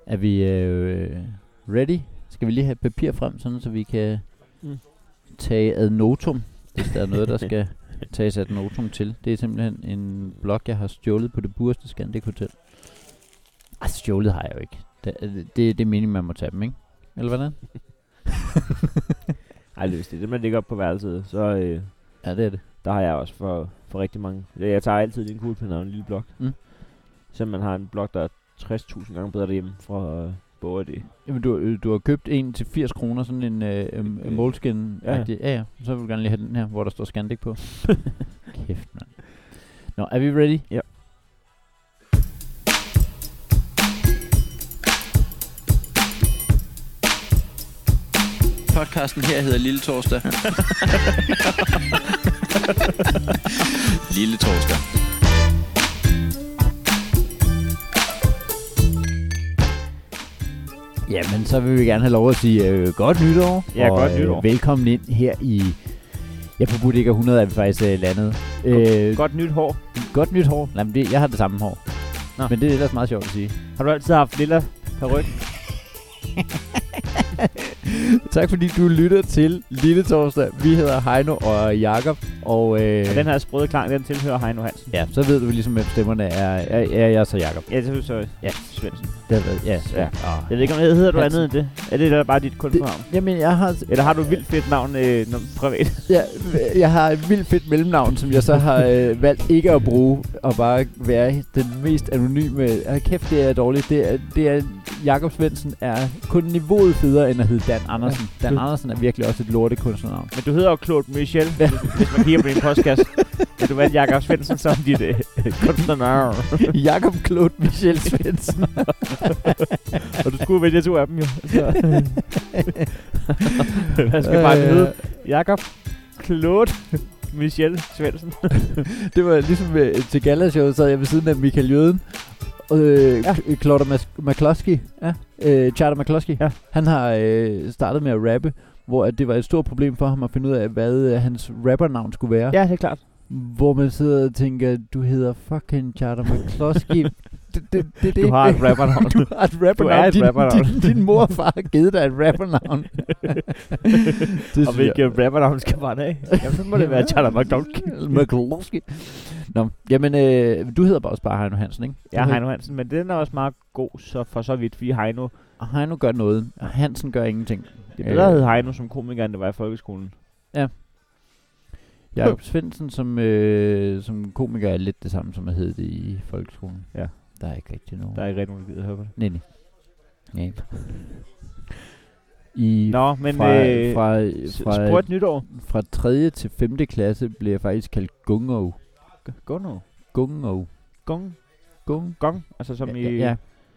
Er vi ready? Skal vi lige have papir frem, sådan så vi kan tage ad notum, hvis der er noget, der skal tages ad notum til. Det er simpelthen en blog, jeg har stjålet på det burste Scandic Hotel. Stjålet har jeg jo ikke. Det er meningen, man må tage dem, ikke? Eller hvordan? Ej, hvis det er det, man ligger op på værelset, så ja, det er det. Der har jeg også for rigtig mange. Jeg tager altid din kuglepen og en lille blok. Så man har en blok, der er 60.000 gange bedre derhjemme fra BogRD. Jamen, du har købt en til 80 kroner, sådan en Moleskin. Ja. Så vil du gerne lige have den her, hvor der står Scandic på. Kæft, mand. Nå, er vi ready? Ja. Podcasten her hedder Lille Torsdag. Lille Torsdag. Jamen, så vil vi gerne have lov at sige godt nytår. Ja, godt nytår. Velkommen ind her i... Ja, på Bodega 100 er vi faktisk landet. Godt nyt hår. Godt nyt hår. Jamen, jeg har det samme hår. Nå. Men det er ellers meget sjovt at sige. Har du altid haft lilla peruk? Tak fordi du lytter til Lille Torsdag. Vi hedder Heino og Jakob. Og den her sprøde klang, den tilhører Heino Hansen. Ja, så ved du ligesom, hvem stemmerne er. Jeg så Jakob. Ja, det er så Svendsen. Det ved jeg. Ja. Jeg ved ikke, om det hedder du andet end det. Er det der bare dit kunstnavn? Jamen, jeg har... Eller har du et vildt fedt navn privat? Ja, jeg har et vildt fedt mellemnavn, som jeg så har valgt ikke at bruge, og bare være den mest anonyme. Kæft, det er dårligt. Det er Jakob Svendsen er kun niveauet federe end at hedde Dan Andersen. Ja. Dan Andersen er virkelig også et lortekunstnernavn. Men du hedder jo Claude Michel, hvis man kigger på din podcast. Men du valgte Jakob Svendsen som dit kunstnernavn. Jakob Claude Michel Svendsen. Og du skulle vælge to af dem jo. Hvad skal bare hedde? Jakob Claude Michel Svendsen. Det var ligesom til Gala-showet, så jeg ved siden af Michael Jøden. Claude McCloskey. Ja. Charter McCloskey. Ja. Han har startet med at rappe, hvor det var et stort problem for ham at finde ud af, hvad hans rappernavn skulle være. Ja, det er klart. Hvor man sidder og tænker, du hedder fucking Charter McCloskey. Du har et rappernavn. Du har et rappernavn. Din mor og far har givet dig et rappernavn. Og hvilket rappernavn skal man have? Jamen, så må det være Charter McCloskey. Nå, jamen, du hedder også bare Heino Hansen, ikke? Ja, Heino Hansen, men den er også meget god for så vidt, fordi Heino gør noget, og Hansen gør ingenting. Det er bedre at hedde Heino som komiker, end det var i folkeskolen. Ja. Jakob Svendsen som komiker er lidt det samme, som at hedde det i folkeskolen. Ja. Der er ikke rigtig nogen. Der er ikke rigtig nogen, der gider høre på det. Nej. Nå, men fra spurgt nytår. Fra 3. til 5. klasse blev jeg faktisk kaldt Gungo. Gungo? Gong? Altså som i... Ja.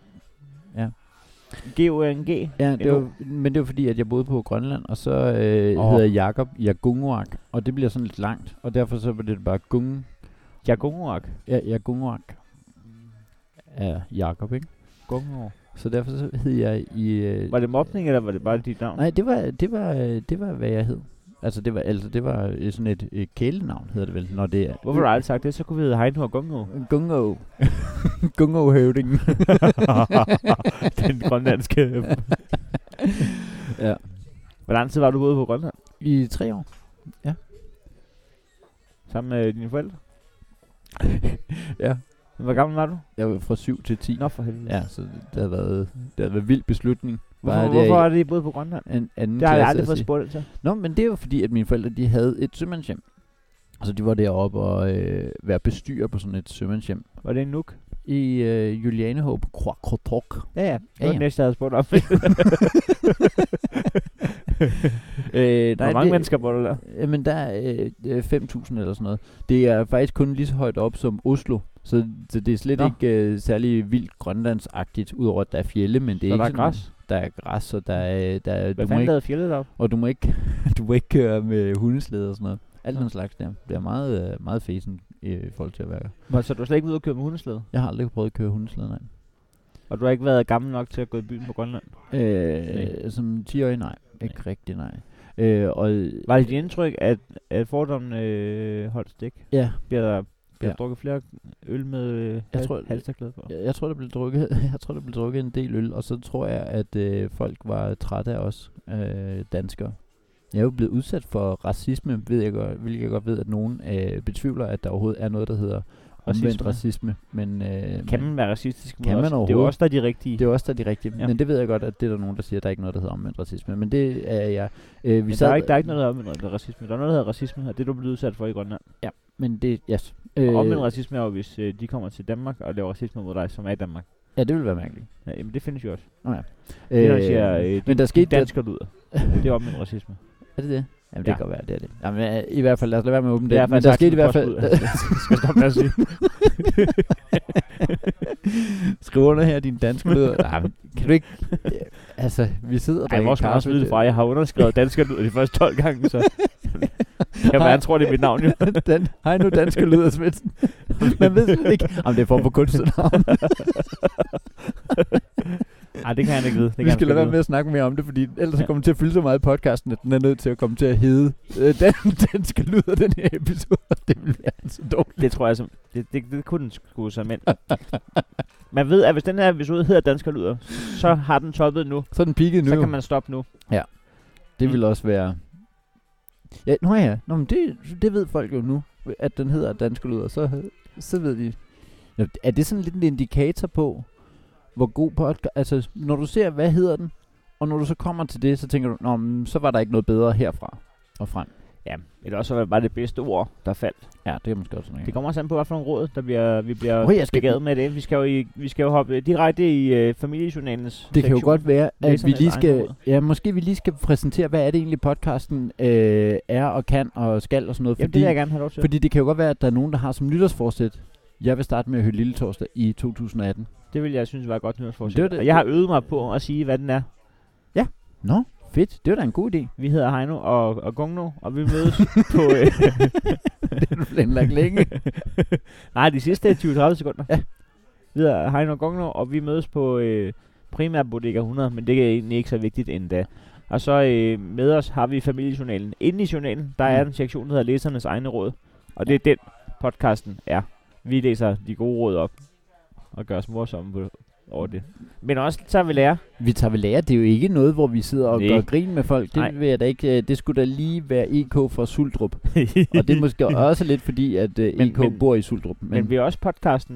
G-O-N-G? Ja, men det var fordi, at jeg boede på Grønland, og så hedder Jakob Jagungoak, og det bliver sådan lidt langt, og derfor så var det bare Gung. Jagungoak? Ja, Jagungoak. Ja, Jakob, ikke? Gungo. Så derfor så hed jeg i... Var det mobning, eller var det bare dit navn? Nej, det var hvad jeg hed. Altså det var sådan et kælenavn, hedder det vel, når det er... Hvorfor har du aldrig sagt det? Så kunne vi hedde Heino og Gungo. Gungo. Gungo-høvdingen. Den grønlandske... Ja. Hvor lang tid var du ude på Grønland? I 3 år. Ja. Sammen med dine forældre? Ja. Hvor gammel var du? Jeg var fra 7 til 10. Nå, for helvede. Ja, så det har været en vild beslutning. Hvorfor er det, I boede på Grønland? Anden det har jeg aldrig fået spurgt til. Nå, men det er jo fordi, at mine forældre, de havde et sømandshjem. Altså, de var deroppe og være bestyrer på sådan et sømandshjem. Var det en nuk? I Julianehåb på Kroakotok. Ja. Det var det næste, jeg havde spurgt om. Hvor mange mennesker bor der? Jamen, der er 5.000 eller sådan noget. Det er faktisk kun lige så højt op som Oslo. Så det er slet ikke særlig vildt grønlandsagtigt, udover at der er fjelle, men det er ikke der er græs? Der er græs, og der er hvad fanden lavede fjellet deroppe? Og du må ikke køre med hundeslæde og sådan noget. Alt den slags der. Det er meget, meget fæsen i forhold til at være. Så du er slet ikke ude at køre med hundeslæde? Jeg har aldrig prøvet at køre hundeslæde, nej. Og du har ikke været gammel nok til at gå i byen på Grønland? Som 10-årig, nej. Ikke rigtig, nej. Og var det dit indtryk, at fordommene holdt stik? Ja. Bliver måske have drukket flere øl med halsterklæde på. Jeg tror, der blev drukket en del øl, og så tror jeg, at folk var trætte af os danskere. Jeg er jo blevet udsat for racisme, hvilket jeg godt ved, at nogen betvivler, at der overhovedet er noget, der hedder omvendt racisme. Men, kan man være racistisk? Kan man overhovedet? Det er jo også der de rigtige. Det er også der de rigtige. Ja. Men det ved jeg godt, at det er der nogen, der siger, at der er ikke noget, der hedder omvendt racisme. Men det er jeg. Der er ikke noget, der hedder omvendt racisme. Der er noget, der hedder racisme, og det er du blevet udsat for i Grønland. Ja, men det, yes. Omvendt racisme er jo, hvis de kommer til Danmark og laver racisme mod dig, som er i Danmark. Ja, det vil være mærkeligt. Ja, men det findes jo også. Ja. Det er, siger, men der skete dansker lyder. Det er omvendt racisme. Er det det? Jamen, det kan godt være, det er det. Jamen, i hvert fald, lad os lade være med at åbne det. Men der skete i hvert fald... Skal stoppe med at sige. Skriv under her, din danske lyder. Nej, men kan du ikke... Altså, vi sidder der. Ej, hvor skal man også vide fra? Jeg har underskrevet danske lyder de første 12 gange, så... Jeg bare tror, det er mit navn, jo. Hej nu, danske lyder, Svendsen. Man ved slet ikke, om det er form for kunstnernavn. Ej, det kan jeg ikke vide. Vi skal lade være med at snakke mere om det, fordi ellers kommer det til at fylde så meget i podcasten, at den er nødt til at komme til at hedde danske lyder, den her episode. Det vil være så dårligt. Det tror jeg, det kunne den sgu så mænd. Man ved, at hvis den her episode hedder danske lyder, så har den toppet nu. Så er den peaked nu. Så kan man stoppe nu. Ja, det vil også være... Ja, Nå, men det ved folk jo nu, at den hedder danske lyder, så ved de... Ja, er det sådan lidt en indikator på, hvor god podcast... Altså, når du ser, hvad hedder den, og når du så kommer til det, så tænker du, nå, så var der ikke noget bedre herfra og frem. Ja, eller også var det bare det bedste ord, der faldt. Ja, det er måske også noget. Det kommer også an på, hvad for nogle råd, vi bliver begavet med det. Vi skal jo hoppe direkte i familiejournalens sektion. Det kan jo godt være, at vi lige skal... Ja, måske vi lige skal præsentere, hvad er det egentlig podcasten er og kan og skal og sådan noget. Jamen, det vil jeg gerne have lov til. Fordi det kan jo godt være, at der er nogen, der har som nytårsforsæt, jeg vil starte med at høre Lille Torsdag i 2018. Det vil jeg synes var et godt nytårsforsæt. Og jeg har øvet mig på at sige, hvad den er. Ja. Nå, fedt. Det var da en god idé. Vi hedder Heino og Gungno, og vi mødes på... Det er du planlagt længe. Nej, de sidste 20-30 sekunder. Ja. Vi hedder Heino og Gungno, og vi mødes på primært Bodega 100, men det er egentlig ikke så vigtigt endda. Og så med os har vi familiejournalen. Inde i journalen, der er en sektion, der hedder Læsernes egne råd. Og det er den, podcasten er. Vi læser de gode råd op og gør os morsomme over det. Men også tager vi lære. Vi tager ved lære. Det er jo ikke noget, hvor vi sidder og gør grin med folk. Det vil jeg da ikke. Det skulle da lige være EK fra Suldrup. Og det er måske også lidt fordi, at EK bor i Suldrup. Men vi er også podcasten,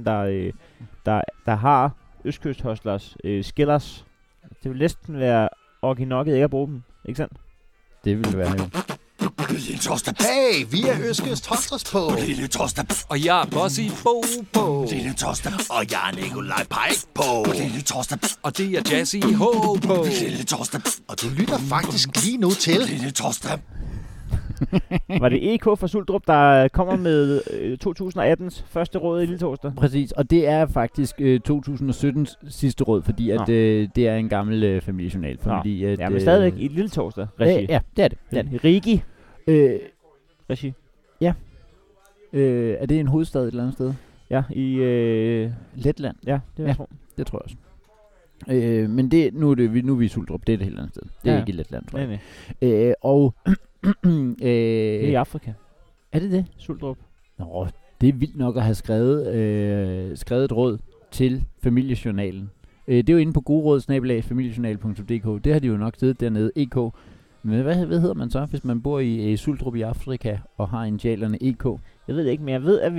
der har Østkyst Hustlers skillers. Det vil næsten være originokket ikke at bruge dem. Ikke sandt? Det vil være jo. Lille Torsdag. Hey, vi er Østkyst Hustlers på. Lille Torsdag. Og jeg er Bossy Bo på. Lille Torsdag. Og jeg er Nikolaj Pike på. Lille Torsdag. Og det er Jazzy Ho på. Lille Torsdag. Og du lytter faktisk lige nu til Lille Torsdag. Var det EK fra Suldrup, der kommer med 2018's første råd i Lille Torsdag? Præcis, og det er faktisk 2017's sidste råd, fordi at, det er en gammel familiejournal. Fordi at, ja, men stadigvæk i Lille Torsdag regi. Ja, det er det. Rigi regi. Ja. Er det en hovedstad et eller andet sted? Ja, i Letland. Ja, det jeg tror. Det tror jeg også. Men nu er vi i Suldrup, det er et helt andet sted. Det er ikke i Letland, tror jeg. Nej. Og det er i Afrika. Er det det? Suldrup. Nå, det er vildt nok at have skrevet et råd til familiejournalen. Det er jo inde på goderåd@familiejournal.dk. Det har de jo nok siddet dernede, EK. Men hvad hedder man så, hvis man bor i Suldrup i Afrika og har initialerne EK? Jeg ved det ikke, men jeg ved, at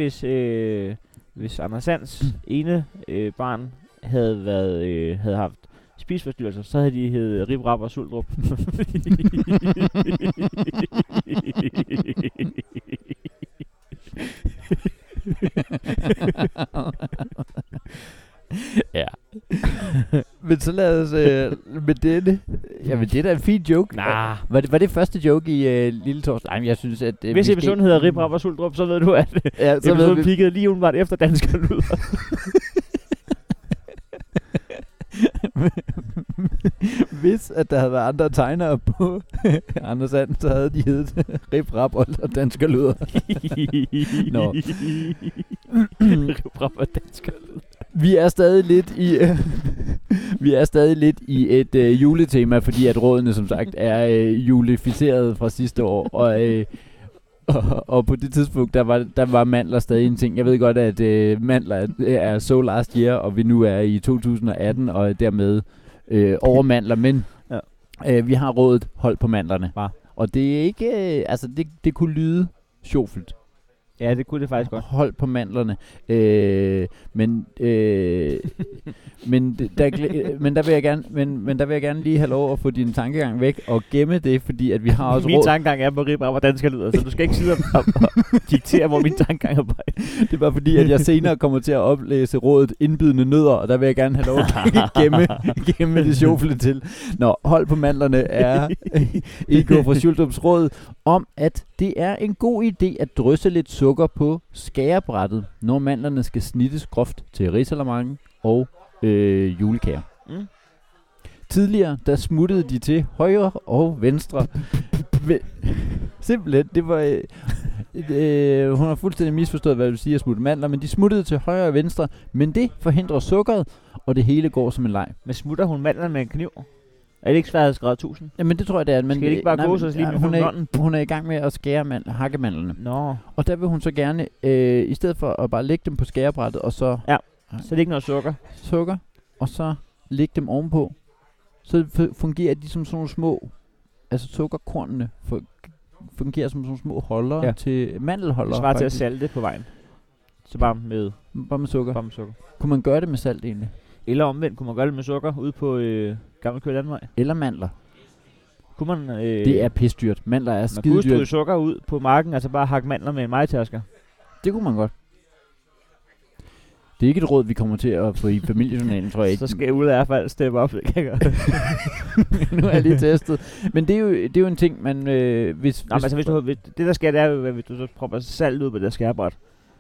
hvis Anders Sands ene barn havde haft spiseforstyrrelser, så havde de heddet Rip Rap og Suldrup. Ja. Men så lad os med denne. Jamen det er da en fin joke. Nah. Var det første joke i Lille Torsdag? Nej, men jeg synes at hvis episoden hedder Rip Rap og Suldrup, så ved du at episoden peakede lige umiddelbart efter danske lyder. Hvis at der havde været andre tegnere på Anders And, så havde de heddet Rip Rap og danske lyder. Nå. Rip Rap og danske lyder. Vi er stadig lidt i et juletema, fordi at rådene som sagt er julificeret fra sidste år. og på det tidspunkt, der var mandler stadig en ting. Jeg ved godt, at mandler er so last year, og vi nu er i 2018, og dermed over mandler, men vi har rådet hold på mandlerne. Og det er ikke, det kunne lyde sjovt. Ja, det kunne det faktisk godt. Hold på mandlerne. Men der vil jeg gerne lige have lov at få din tankegang væk og gemme det, fordi at vi har også min tankegang er på Ribra, hvordan skal det lyde, så du skal ikke sidde og diktere, hvor min tankegang er på. Det er bare fordi, at jeg senere kommer til at oplæse rådet indbydende nødder, og der vil jeg gerne have lov at gemme det sjovle til. Nå, hold på mandlerne er Igor fra Schuldrups råd om, at det er en god idé at drysse lidt sukker på skærebrættet, når mandlerne skal snittes groft til risalamande og julekager. Tidligere, der smuttede de til højre og venstre. Simpelthen, det var... hun har fuldstændig misforstået, hvad det vil sige at smutte mandler, men de smuttede til højre og venstre, men det forhindrer sukkeret, og det hele går som en leg. Men smutter hun mandlerne med en kniv? Er det ikke svært at skrive 1000? Jamen det tror jeg det er. Men skal det ikke bare gå så lige med hun er i gang med at skære hakkemandlerne. Nå. Og der vil hun så gerne, i stedet for at bare lægge dem på skærebrættet, og så... Ja, så det ikke noget sukker. Sukker, og så lægge dem ovenpå. Så fungerer de som sådan nogle små... Altså sukkerkornene fungerer som sådan nogle små holdere til mandelholdere. Det svarer til at salte på vejen. Så bare med sukker. Bare med sukker. Kunne man gøre det med salt egentlig? Eller omvendt, kunne man gøre det med sukker ude på Gammel Køge Landvej? Eller mandler. Kunne man... det er pisdyrt. Mandler er skidedyrt. Man kunne stryge sukker ud på marken, altså bare hakke mandler med en majtasker. Det kunne man godt. Det er ikke et råd, vi kommer til at få i familiejournalen, tror jeg ikke. Så skal jeg ud af hvert fald steppe op, det kan jeg gøre. Nu er jeg lige testet. Men det er jo en ting, man... hvis det der sker, det er jo, hvis du så propper salt ud på det skærebræt.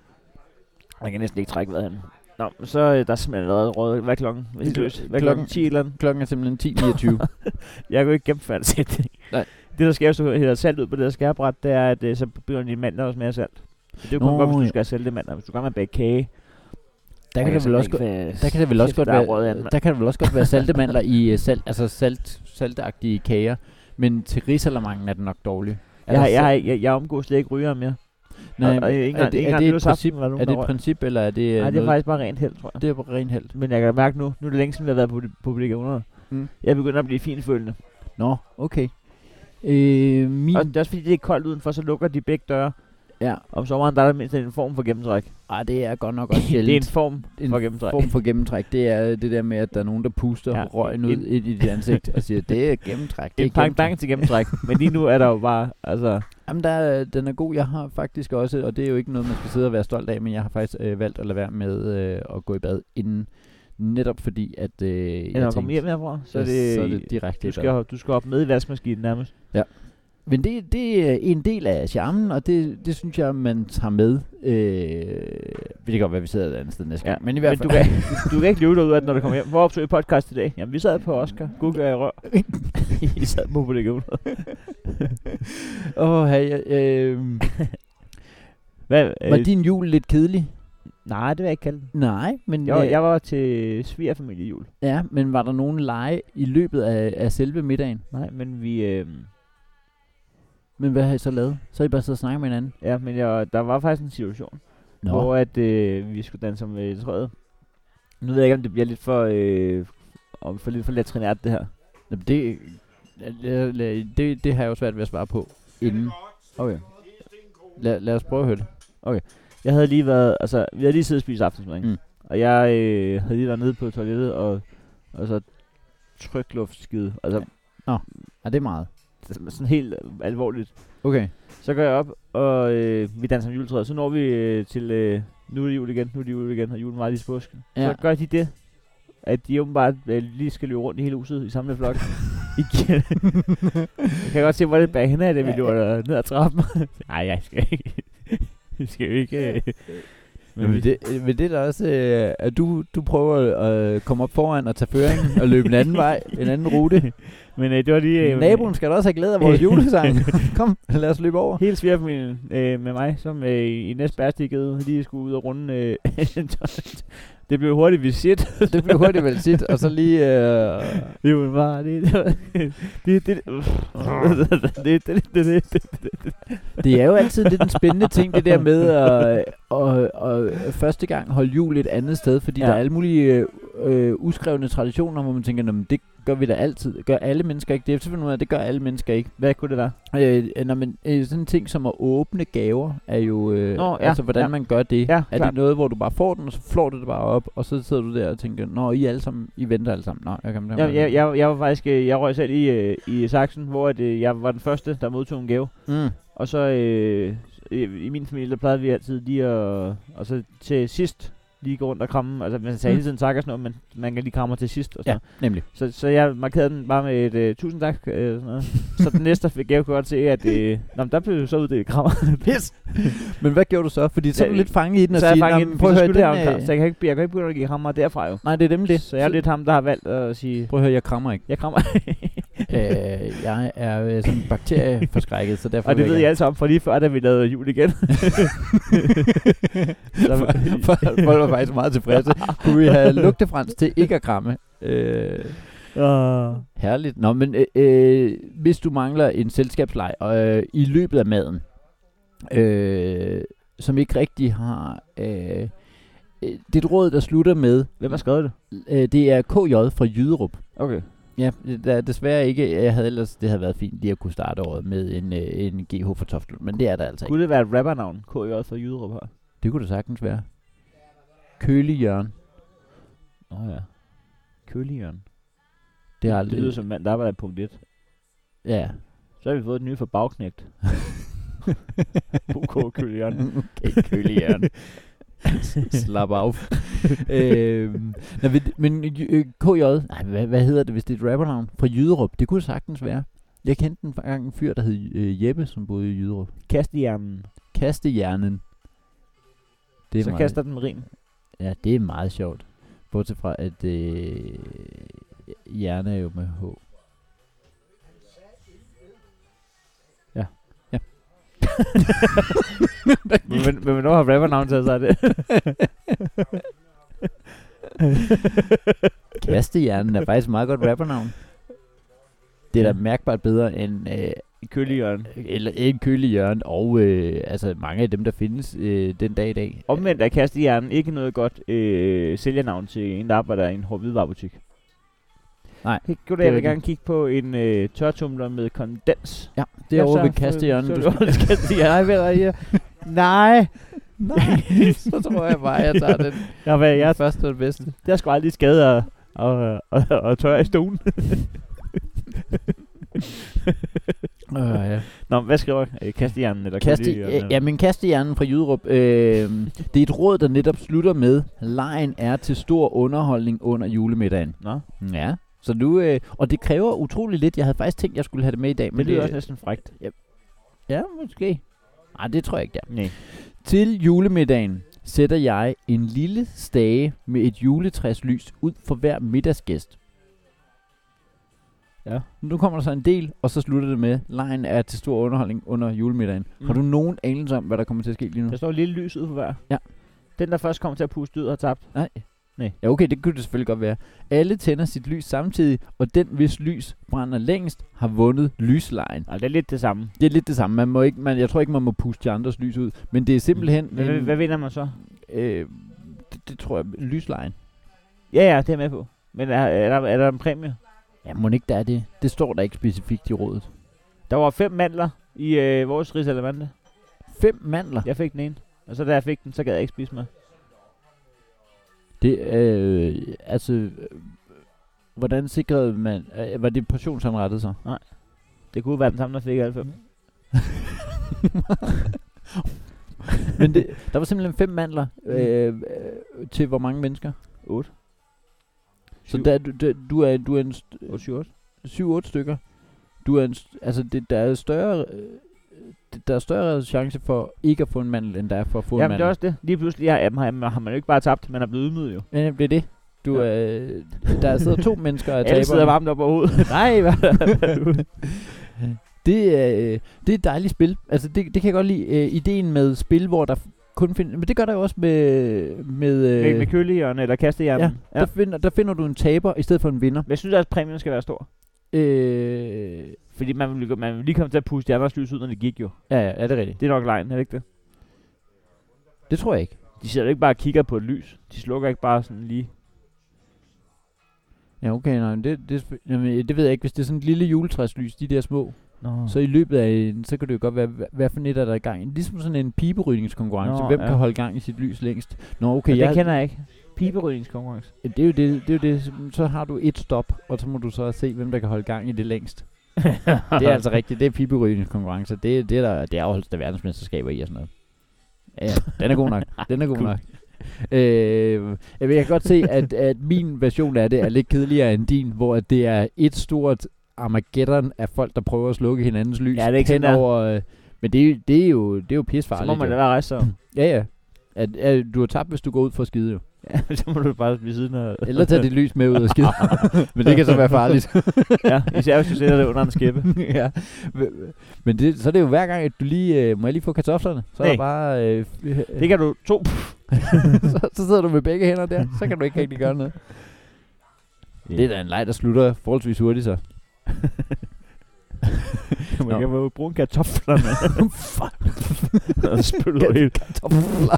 Jeg kan næsten ikke trække hvad hen. Nå, så der er simpelthen allerede råd. Hvad er klokken? Hvad er klokken? 10 eller andet? Klokken er simpelthen 10:29. Jeg kan jo ikke gennemføre det. Nej. Det der sker, hvis du hælder salt ud på det der skærebræt, det er, at så begynder dine mandler også mere salt. Det er jo kun godt, hvis du skal have salte mandler. Hvis du gerne vil bage kage, der kan det vel også godt være saltemandler i saltagtige kager, men til risalamangen er den nok dårlig. Jeg omgår slet ikke ryger mere. Nej, er det et princip, eller er det... Nej, det er faktisk bare rent held, tror jeg. Det er bare rent held. Men jeg kan mærke nu er det længe siden, vi har været på Bodega 100. Jeg begynder at blive finfølende. Nå, okay. Og det er også fordi, det er koldt udenfor, så lukker de begge døre. Ja. Om sommeren, der er der mindst en form for gennemtræk. Det er godt nok også sjældent. Det er en form for gennemtræk. Form for gennemtræk, det er det der med, at der er nogen, der puster røgen ud i dit ansigt og siger, det er gennemtræk. Det er en pang til gennemtræk. Men lige nu er der jo bare, altså... Jamen, den er god. Jeg har faktisk også, og det er jo ikke noget, man skal sidde og være stolt af, men jeg har faktisk valgt at lade være med at gå i bad inden. Netop fordi, at jeg kommer hjem herfra, så er det direkte. Du skal op med i vaskemaskinen nærmest. Ja. Men det er en del af charmen, og det synes jeg, man tager med. Det kan godt være, vi sidder et andet sted næste gang. Men i hvert fald. Du kan ikke løbe dig ud af det, når du kommer hjem. Hvor optog I podcast i dag? Jamen, vi sad på Oscar. Google og rør. I sad på Bodega 100. Var din jul lidt kedelig? Nej, det vil jeg ikke kalde den. Nej, men... Jeg var til svigerfamiliejul. Ja, men var der nogen lege i løbet af selve middagen? Nej, men vi... Men hvad har I så lavet? Så har I bare siddet og snakket med hinanden? Ja, men der var faktisk en situation, hvor at vi skulle danse med træet. Nu ved jeg ikke, om det bliver lidt for latrinært, det her. Jamen, det har jeg jo svært ved at svare på inden. Okay. Lad os prøve at høre det. Okay. Jeg havde lige været, vi havde lige siddet og spist aftensmad, og jeg havde lige været nede på toilettet og så trykluftskide. Altså, det er meget. Sådan helt alvorligt. Okay. Så går jeg op, og vi danser om juletræet. Så når vi til, nu er det jul igen, og julen var lige påske. Ja. Så gør de det, at de åbenbart lige skal løbe rundt i hele huset i samme flok. Igen. Jeg kan godt se, hvor det bag hende af det, vi løber ned ad trappen. Nej, jeg skal ikke. Det skal jo ikke... Men det er da også, at du prøver at komme op foran og tage føringen og løbe en anden vej, en anden rute. Men det var lige... Naboen skal da også have glæde af vores julesang. Kom, lad os løbe over. Hele svigerfamilien med mig, som i næste bærstikket lige skulle ud og runde Det blev hurtigt visit. Det blev hurtigt vel sit, og så lige... Det var bare Det er jo altid lidt en spændende ting, det der med at første gang holde jul et andet sted, fordi der er alle mulige uskrevne traditioner, hvor man tænker, det gør vi da altid. Gør alle mennesker ikke det? Efterfølgende det gør alle mennesker ikke. Hvad kunne det være? Sådan en ting som at åbne gaver er jo, altså hvordan man gør det. Ja, er det noget, hvor du bare får den, og så flår du det bare op, og så sidder du der og tænker, I venter alle sammen. Jeg var faktisk, jeg røg selv i Sachsen, hvor jeg var den første, der modtog en gave. Og så i min familie, der plejede vi altid lige og så til sidst lige gå rundt og kramme. Altså man sagde hele tiden tak og sådan noget, men man kan lige kramme til sidst og sådan noget. Nemlig. Så jeg markerede den bare med et 1000 tak. Sådan noget. Så den næste fik gave kunne godt se, at der blev så uddelt krammer. Pis! Men hvad gjorde du så? Fordi så er du lidt fanget i den og siger, prøv at høre, så jeg kan ikke begynde at give krammer derfra jo. Nej, det er nemlig det. Så jeg er lidt ham, der har valgt at sige... Prøv at høre, jeg krammer ikke. Jeg krammer jeg er sådan bakterieforskrækket, så derfor... Og det ved jeg altså om, for lige før, da vi lavede jul igen. Folk var faktisk meget tilfredse. Kunne vi have lugtefrans til ikke at kramme? Herligt. Nå, men hvis du mangler en selskabsleg i løbet af maden, som ikke rigtig har... det er et råd, der slutter med... Hvem har skrevet det? Det er KJ fra Jyderup. Okay. Ja, der er desværre ikke. Det havde været fint lige at kunne starte året med en GH for Toftlund, men det er der altså ikke. Kunne det være et rappernavn, KJ fra Jyderup her? Det kunne det sagtens være. Kølig Jørgen. Ja. Kølig Jørgen. Det lyder som mand, der arbejder i punkt 1. Ja. Så har vi fået den nye for Bagknægt. OK Kølig Jørgen. Okay, Kølig Jørgen. Slap af. Men KJ, hvad hedder det, hvis det er et rappernavn? Fra Jyderup, det kunne sagtens være. Jeg kendte en fyr, der hed Jeppe, som boede i Jyderup. Kastehjernen. Det er så meget, kaster den med rim. Ja, det er meget sjovt. Bortset fra, at hjerne er jo med H. Ja. men hvornår har rappernavn taget sig af det? Kastehjernen er faktisk meget godt rappernavn. Det er da mærkbart bedre end Kølig Jørgen. Eller en Kølig Jørgen, og altså mange af dem, der findes den dag i dag. Omvendt er Kastehjernen ikke noget godt sælgernavn til en, der arbejder i en hård hvidevarebutik. Nej. Jeg vil gerne kigge på en tørtumler med kondens. Ja, det er over ved Kastehjernen. Du skal Kastehjernen. Nej. Så tror jeg bare, jeg tager den. Jeg første og det bedste. Det har sgu aldrig skadet at tørre i stolen. Ja. Nå, hvad skriver Kastehjernen? Men Kastehjernen fra Jyderup. Det er et råd, der netop slutter med, legen er til stor underholdning under julemiddagen. Nå. Ja. Så nu, og det kræver utrolig lidt. Jeg havde faktisk tænkt, jeg skulle have det med i dag. Men det er også næsten frækt. Ja, måske. Nej, det tror jeg ikke, der. Nej. Til julemiddagen sætter jeg en lille stage med et juletræslys ud for hver middagsgæst. Ja. Nu kommer der så en del, og så slutter det med, legen er til stor underholdning under julemiddagen. Har du nogen anelse om, hvad der kommer til at ske lige nu? Der står et lille lys ud for hver. Ja. Den, der først kommer til at puste ud, har tabt. Nej. Ja, okay, det kunne det selvfølgelig godt være. Alle tænder sit lys samtidig, og den, hvis lys brænder længst, har vundet lyslejen. Det er lidt det samme. Det er lidt det samme. Jeg tror ikke, man må puste de andres lys ud, men det er simpelthen... Hvad vinder man så? Det tror jeg, lyslejen. Ja, det er med på. Men er der en præmie? Ja, må ikke der er det. Det står der ikke specifikt i rådet. Der var 5 mandler i vores risalamande. 5 mandler? Jeg fik den ene. Og så da jeg fik den, så gad jeg ikke spise mig. Det, hvordan sikrede man... var det portionsanrettet så? Nej. Det kunne være den samme, der fik alle 5. Men der var simpelthen 5 mandler til hvor mange mennesker? 8. Så du er en 7-8 stykker. Du er der er større chance for ikke at få en mandel, end der er for at få en mandel. Jamen det er også det. Lige pludselig har man jo ikke bare tabt, man er blevet ydmyget jo. Ja, det er det. Der sidder 2 mennesker og taber. Alle sidder varmt op over hovedet. Nej, hvad? Det er et dejligt spil. Altså det kan jeg godt lide. Ideen med spil, hvor der kun finde... Men det gør der jo også med kølehjørne eller kastehjørne. Ja, der finder du en taber i stedet for en vinder. Men jeg synes også, at præmien skal være stor. Fordi man vil lige komme til at puste de andres lys ud, når det gik jo. Ja, det er rigtigt. Det er nok løgn, er det ikke det? Det tror jeg ikke. De sidder jo ikke bare og kigger på et lys. De slukker ikke bare sådan lige. Ja, okay, nej, det ved jeg ikke. Hvis det er sådan et lille juletræslys, de der små, så i løbet af så kan det jo godt være, hvad for net er der i gang. Ligesom sådan en piberydningskonkurrence. Hvem kan holde gang i sit lys længst? Okay, det kender jeg ikke. Piberydningskonkurrence. Det er jo det. Så har du et stop, og så må du så se, hvem der kan holde gang i det længst. Det er altså rigtigt. Det er piberydningskonkurrence. Det er afholdt der verdensmesterskaber i og sådan noget. Ja, den er god nok. Nok. Jeg kan godt se, at min version af det er lidt kedeligere end din, hvor det er et stort Armageddon af folk, der prøver at slukke hinandens lys. Ja, det er ikke henover, men det er jo pissefarligt. Så må man da være rejse så. Ja. At du har tabt, hvis du går ud for at skide jo. Ja, så må du bare blive siden af... Eller tage dit lys med ud og skide. Men det kan så være farligt. Ja, især hvis du sætter det under en skæppe. Ja. Men så er det jo hver gang, at du lige... må jeg lige få kartoflerne? Så er der bare... det kan du 2. så sidder du med begge hænder der. Så kan du ikke rigtig gøre noget. Det er da en leg, der slutter forholdsvis hurtigt så. Man kan jo bruge kartoflerne. Fuck. Og spiller helt kartofler.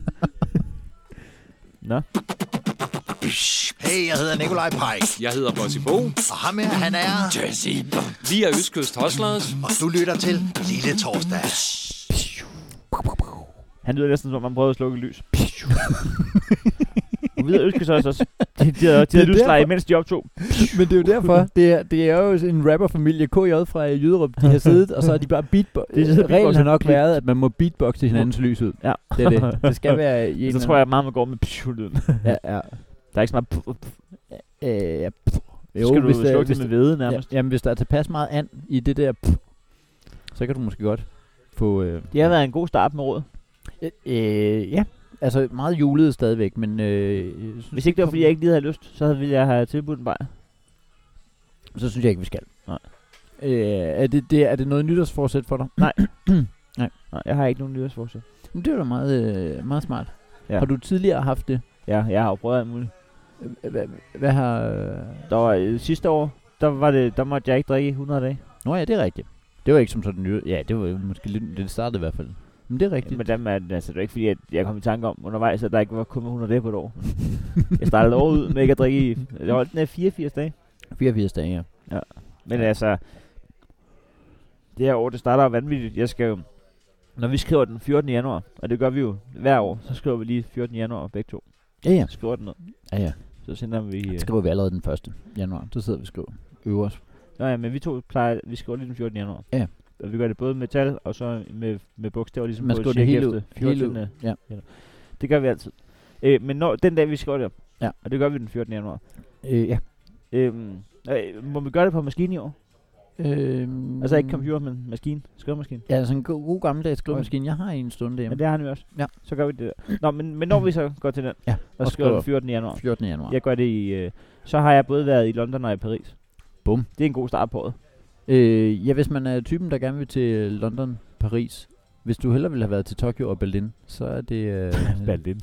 Nå. Hey, jeg hedder Nikolaj Pike. Jeg hedder Bossy Bo. Og ham her, han er... Jesse. Vi er Østkyst Hustlers. Og du lytter til Lille Torsdag. Han lyder næsten som om man prøver at slukke lys. Du ved Østkyst også. De havde lysleje, mens de optog. Men det er jo derfor. Det er jo en rapperfamilie, KJ fra Jyderup. De har siddet, og så har de bare reglen har nok været, at man må beatboxe hinandens lys ud. Ja. Det er det. Det skal være i så tror jeg meget, man går med lyden. Ja. Der er ikke så meget... Jo, skal du slukke det med hvede nærmest. Jamen, hvis der er tilpas meget and i det der, så kan du måske godt få... Det har været en god start med råd. Ja. Altså meget julet stadigvæk, men... Hvis ikke det var, fordi jeg ikke lige havde lyst, så ville jeg have tilbudt en bajer. Så synes jeg ikke, vi skal. Nej. Er det noget nytårsforsæt for dig? Nej. Nej, jeg har ikke nogen nytårsforsæt. Men det er da meget, meget smart. Ja. Har du tidligere haft det? Ja, jeg har jo prøvet alt muligt. Hvad har... Der var sidste år, der måtte jeg ikke drikke 100 dage. Nå ja, det er rigtigt. Det var ikke som sådan nyt. Ja, det var måske lidt... Det startede i hvert fald. Men det er rigtigt. Ja, men det er ikke fordi, at jeg kom i tanke om undervejs, at der ikke var kun 100 dage på et år. Jeg startede året ud med ikke at drikke i... Jeg holdt den af 84 dage. 84 dage, ja. Men altså... Det her år, det starter vanvittigt. Jeg skal jo... Når vi skriver den 14. januar, og det gør vi jo hver år, så skriver vi lige 14. januar begge to. Ja. Skriver den ned. Ja. Så sender vi... Det skriver vi allerede den 1. januar. Så sidder vi og skriver. Øver os. Ja, men vi skriver lige den 14. januar. Ja. Og vi gør det både med tal, og så med bogstaver, ligesom man på skriver det hele ud. 14. Ja. Det gør vi altid. Men den dag, vi skriver det, og det gør vi den 14. januar. Ja. Må vi gøre det på maskine i år? Altså ikke computer, men maskine, skrivemaskine. Ja, sådan en god gammeldags skrivemaskine. Jeg har en stund derhjemme. Ja, det har han jo også. Ja. Så gør vi det der. Nå, men når vi så går til den, og skriver den 14. januar. 14. januar. Jeg gør det i... så har jeg både været i London og i Paris. Bum. Det er en god start på året. Ja, hvis man er typen, der gerne vil til London, Paris. Hvis du hellere ville have været til Tokyo og Berlin, så er det... Berlin.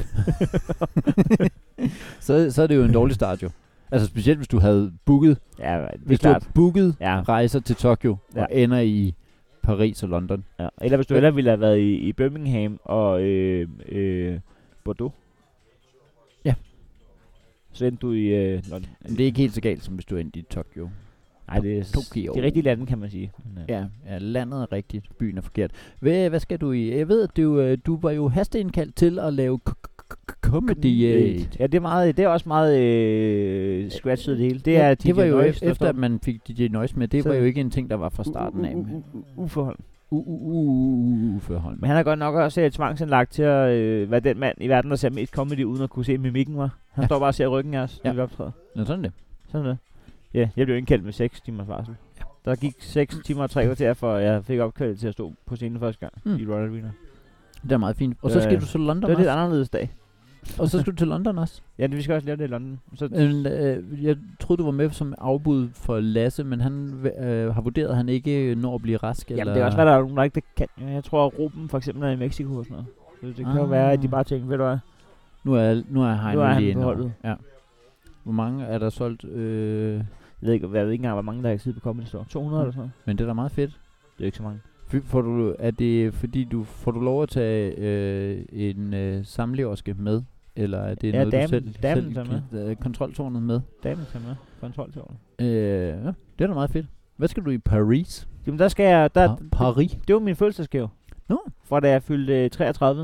så er det jo en dårlig start jo. Altså specielt hvis du havde booket, hvis du havde booket rejser til Tokyo og ender i Paris og London. Ja. Eller hvis du hellere ville have været i Birmingham og Bordeaux. Ja. Så endte du i London. Men det er ikke helt så galt, som hvis du endte i Tokyo. Nej, det er Tokyo. Det rigtige lande, kan man sige. Ja, landet er rigtigt, byen er forkert. Hvad skal du i? Jeg ved, at du var jo hasteindkaldt til at lave comedy. Ja, det er også meget scratchet det hele. Det var jo efter at man fik DJ Noise med. Det var jo ikke en ting, der var fra starten af. Uforhold. Uforhold. Men han er godt nok også tvangsindlagt til at være den mand i verden, der ser mest comedy, uden at kunne se mimikken, var. Han står bare og ser ryggen af os, når vi optræder. Nå, sådan det. Sådan det. Ja, jeg blev indkaldt med 6 timers varsel. Ja. Der gik 6 timer og 3 kvarter, for jeg fik opkaldt til at stå på scenen første gang i Royal Arena. Det er meget fint. Og så skal du til London også. Det er lidt anderledes dag. Og så skal du til London også. Ja, vi skal også lave det i London. Så jeg troede, du var med som afbud for Lasse, men han har vurderet, at han ikke når at blive rask. Jamen, det er også, hvad der er nogen, der ikke kan. Jeg tror, at Ruben for eksempel er i Mexico og sådan noget. Det kan jo være, at de bare tænker, ved du hvad? Nu er Heino han lige på inde. holdet. Ja. Hvor mange er der solgt? Jeg ved ikke engang, hvor mange der er siddet på Comedy Store. 200 eller sådan noget. Men det er da meget fedt. Det er ikke så mange. Er det fordi får du lov at tage en samleverske med? Eller er det noget, du selv tager med. Kontroltårnet med? Damen tager med. Kontroltårnet. Ja, det er da meget fedt. Hvad skal du i Paris? Jamen der skal jeg... Paris? Det var min fødselsdagsgave. Fra da jeg fyldte 33.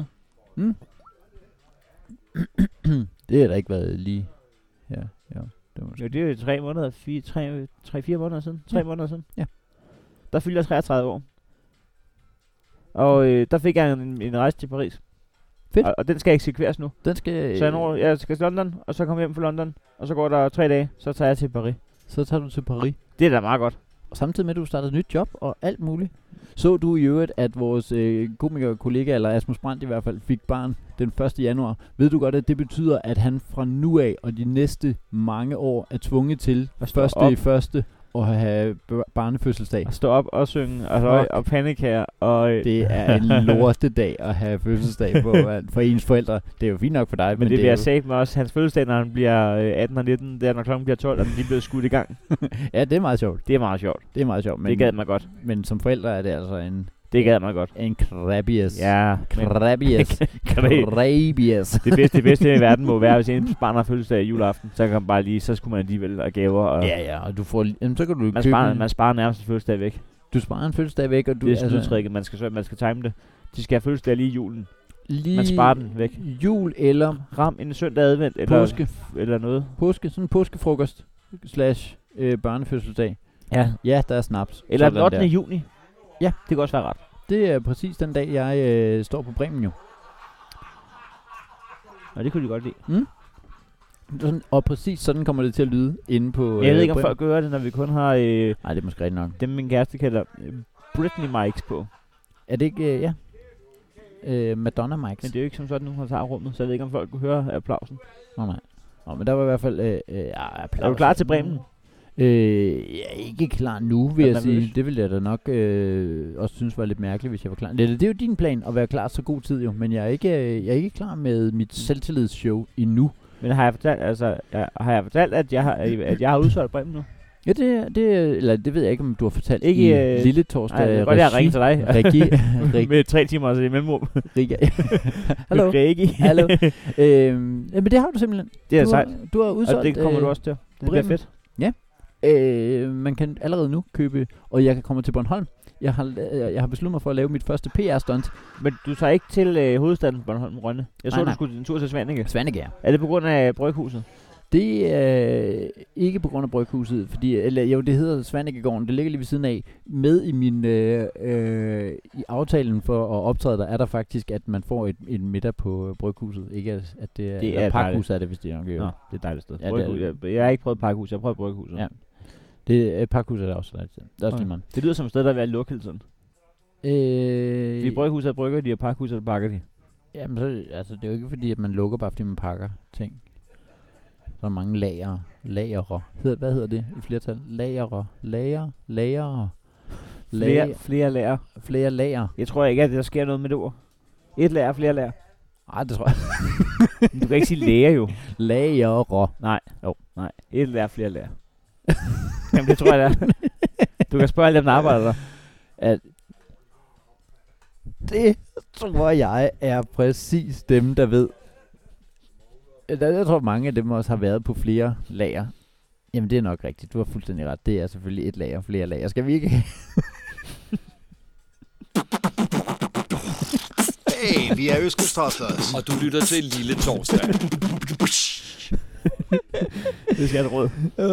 Det har da ikke været lige... Ja. Det er jo 3 måneder, 4 måneder siden. 3 måneder siden. Ja. Der fyldte jeg 33 år. Og der fik jeg en rejse til Paris. Fedt. Og den skal eksekveres nu. Så jeg skal til London, og så kommer jeg hjem fra London. Og så går der 3 dage, så tager jeg til Paris. Så tager du til Paris. Det er da meget godt. Og samtidig med, at du startede et nyt job og alt muligt. Så du i øvrigt, at vores komikerkollega, eller Asmus Brandt i hvert fald, fik barn den 1. januar. Ved du godt, at det betyder, at han fra nu af og de næste mange år er tvunget til første at have barnefødselsdag. At stå op og synge og panikere. Og det er en lortedag at have fødselsdag på for ens forældre. Det er jo fint nok for dig. Men det bliver sagt med også hans fødselsdag, når han bliver 18 og 19, der når klokken bliver 12, og den lige bliver skudt i gang. Ja, det er meget sjovt. Det er meget sjovt. Men det gad man godt. Men som forældre er det altså en... Det gad man godt. En krabies. Ja. Krabies. Det bedste i verden må være, hvis en barn har fødselsdag i juleaften, så kan man bare lige, så skulle man alligevel have gaver. Og ja, og du får, så kan du man sparer nærmest en fødselsdag væk. Du sparer en fødselsdag væk, og du... Det er snydtrækket, man skal time det. De skal have fødselsdag lige i julen. Man sparer den væk. Jul eller... Ram en søndag advent, eller påske. Eller noget. Påske, sådan en påskefrokost / børnefødselsdag. Ja, der er snaps. Eller den 8. juni. Ja. Det kan også være ret. Det er præcis den dag, jeg står på Bremen jo. Og det kunne de godt lide. Sådan, og præcis sådan kommer det til at lyde inde på jeg ved ikke, om folk gør det, når vi kun har... Nej, det er måske rigtig nok. Dem min kæreste kalder Britney mics på. Er det ikke... Madonna mics. Men det er jo ikke som sådan, hun tager rummet, så jeg ved ikke, om folk kunne høre applausen. Nej. Men der var i hvert fald... applaus. Er du klar til Bremen? Jeg er ikke klar nu, vil jeg sige. Det ville jeg da nok også synes var lidt mærkeligt, hvis jeg var klar. Det er jo din plan at være klar så god tid jo, men jeg er ikke klar med mit selvtillidsshow endnu. Men har jeg fortalt, at jeg har udsolgt Bremen nu? Ja, det ved jeg ikke, om du har fortalt ikke, i Lille Torsdag. Nej, det jeg ringe til dig. Regi. Med 3 timer i mellemrum. Riga. Hallo. Hallo. Men det har du simpelthen. Det er sejt. Du har udsolgt. Og det kommer du også til. Det bliver fedt. Ja. Man kan allerede nu købe, og jeg kan komme til Bornholm. Jeg har besluttet mig for at lave mit første PR-stunt. Men du tager ikke til hovedstaden Bornholm, Rønne? Jeg så, du skulle en tur til Svanike. Svanike, ja. Er det på grund af Bryghuset? Det er ikke på grund af Bryghuset, fordi det hedder Svanikegården. Det ligger lige ved siden af. Med i min i aftalen for at optræde, der er der faktisk, at man får en middag på Bryghuset. Ikke at det er Parkhus, er det, hvis det er nok. Nå, det er et dejligt sted. Ja, jeg har ikke prøvet Parkhus, jeg har prøvet Bryghuset. Ja. Det Parkhus er der også dejligt sted. Det lyder som et sted, der er ved at lukke hele tiden. De Bryghuset brygger de, og Parkhuset pakker de. Jamen, det er jo ikke fordi, at man lukker, bare fordi man pakker ting. Der er mange lagerer. Hvad hedder det i flertal? Lagere. Flere lager. Jeg tror ikke, at der sker noget med det ord. Et lager, flere lager. Nej, det tror jeg. Du kan ikke sige lager jo. Lagerer. Nej. Nej. Et lager, flere lager. Jamen, det tror jeg, det er. Du kan spørge alle dem, der arbejder der. Det tror jeg er præcis dem, der ved. Jeg tror, mange af dem også har været på flere lager. Jamen, det er nok rigtigt. Du har fuldstændig ret. Det er selvfølgelig et lager, flere lager. Skal vi ikke? Hey, vi er Øskes Hustlers. Og du lytter til Lille Torsdag. Det skal jeg råd.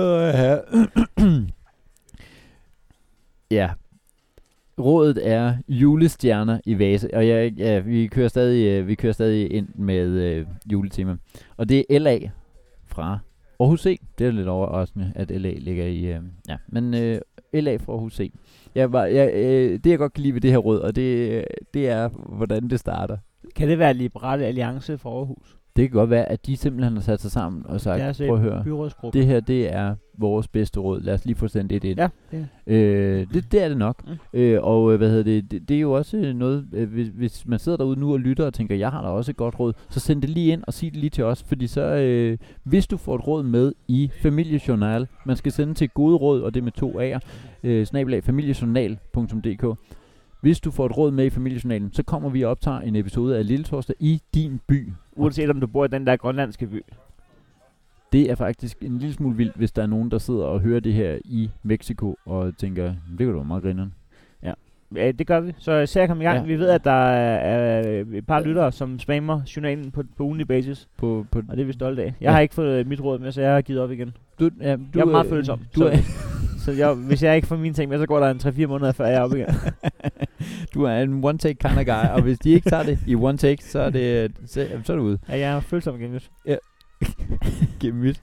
Ja. Rådet er julestjerner i vase, og vi kører stadig ind med juletema. Og det er LA fra Aarhus C. Det er lidt overraskende, at LA ligger i... LA fra Aarhus C. Det jeg godt kan lide ved det her råd, og det er, hvordan det starter. Kan det være Liberale Alliance fra Aarhus? Det kan godt være, at de simpelthen har sat sig sammen og sagt, prøv at høre, byrådsgruppe. det her, det er vores bedste råd. Lad os lige få sendt det ind. Ja, det er det nok. Og det er jo også noget, hvis man sidder derude nu og lytter og tænker, jeg har da også et godt råd, så send det lige ind og sig det lige til os, fordi så, hvis du får et råd med i Familiejournal, man skal sende til gode råd, og det er med 2 A'er, @familiejournal.dk. Hvis du får et råd med i Familiejournalen, så kommer vi og optager en episode af Lille Torsdag i din by. Uanset om du bor i den der grønlandske by. Det er faktisk en lille smule vildt, hvis der er nogen, der sidder og hører det her i Mexico og tænker, det kan du være meget grineren. Ja, det gør vi. Så se at komme i gang. Ja. Vi ved, at der er et par lyttere, som spammer journalen på ugenlig basis. Og det er vi stolte af. Jeg har ikke fået mit råd med, så jeg har givet op igen. Du jeg er meget følsom. Hvis jeg ikke får mine ting med, så går der en 3-4 måneder, før jeg er oppe igen. Du er en one-take kind of guy, og hvis de ikke tager det i one take, så er det ude. Ja, jeg er følsom gemyt. Ja. Gemyt.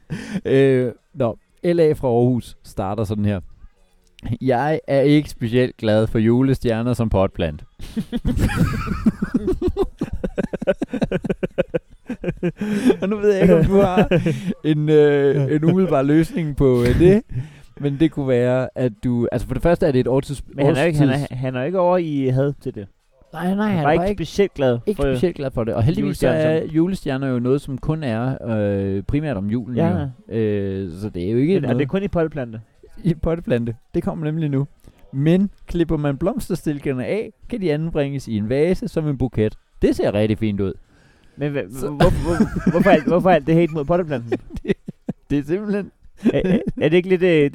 LA fra Aarhus starter sådan her. Jeg er ikke specielt glad for julestjerner som potplant. Og nu ved jeg ikke, om du har en umiddelbar løsning på det. Men det kunne være, at du... Altså for det første er det et årtids... Men han er ikke over i had til det. Nej, han var ikke specielt glad for det. Specielt glad for det. Og heldigvis så er julestjerner jo noget, som kun er primært om julen. Ja. Så det er jo ikke noget... Er det kun i potteplante? I potteplante. Det kommer nemlig nu. Men klipper man blomsterstilkerne af, kan de anbringes i en vase som en buket. Det ser rigtig fint ud. Men hvorfor er det helt mod potteplanten? Det er simpelthen... er det ikke lidt...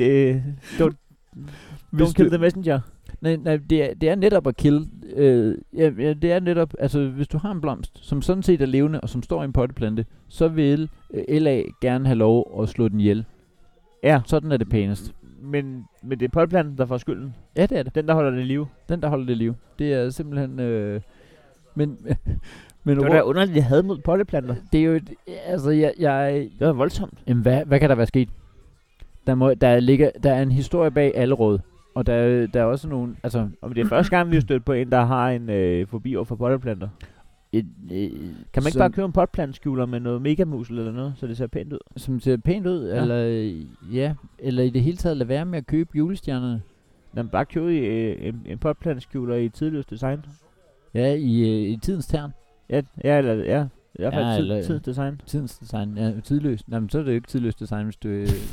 don't kill the messenger? Nej, det er netop at kill. Det er netop... Altså, hvis du har en blomst, som sådan set er levende, og som står i en potteplante, så vil LA gerne have lov at slå den ihjel. Ja. Sådan er det pænest. Men det er potteplanten, der får skylden? Ja, det er det. Den, der holder det i live? Den, der holder det i live. Det er simpelthen... Men det var da underligt, jeg havde mod potteplanter. Det er jo... Altså, det var voldsomt. Jamen, hvad kan der være sket? Der er en historie bag alle råd. Og der er også nogle... Altså, og det er første gang, vi har stødt på en, der har en fobi over for potteplanter. Kan man ikke bare købe en potplantskjuler med noget megamusel eller noget, så det ser pænt ud? Som ser pænt ud? Ja. Eller i det hele taget lade være med at købe julestjernerne? Man bare købe en potplantskjuler i tidløst design. Ja, i tidens tern. I hvert fald tidens design. Tidens design, ja, tidløst. Jamen, så er det jo ikke tidløst design, hvis du...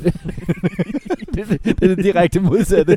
det er det direkte modsatte.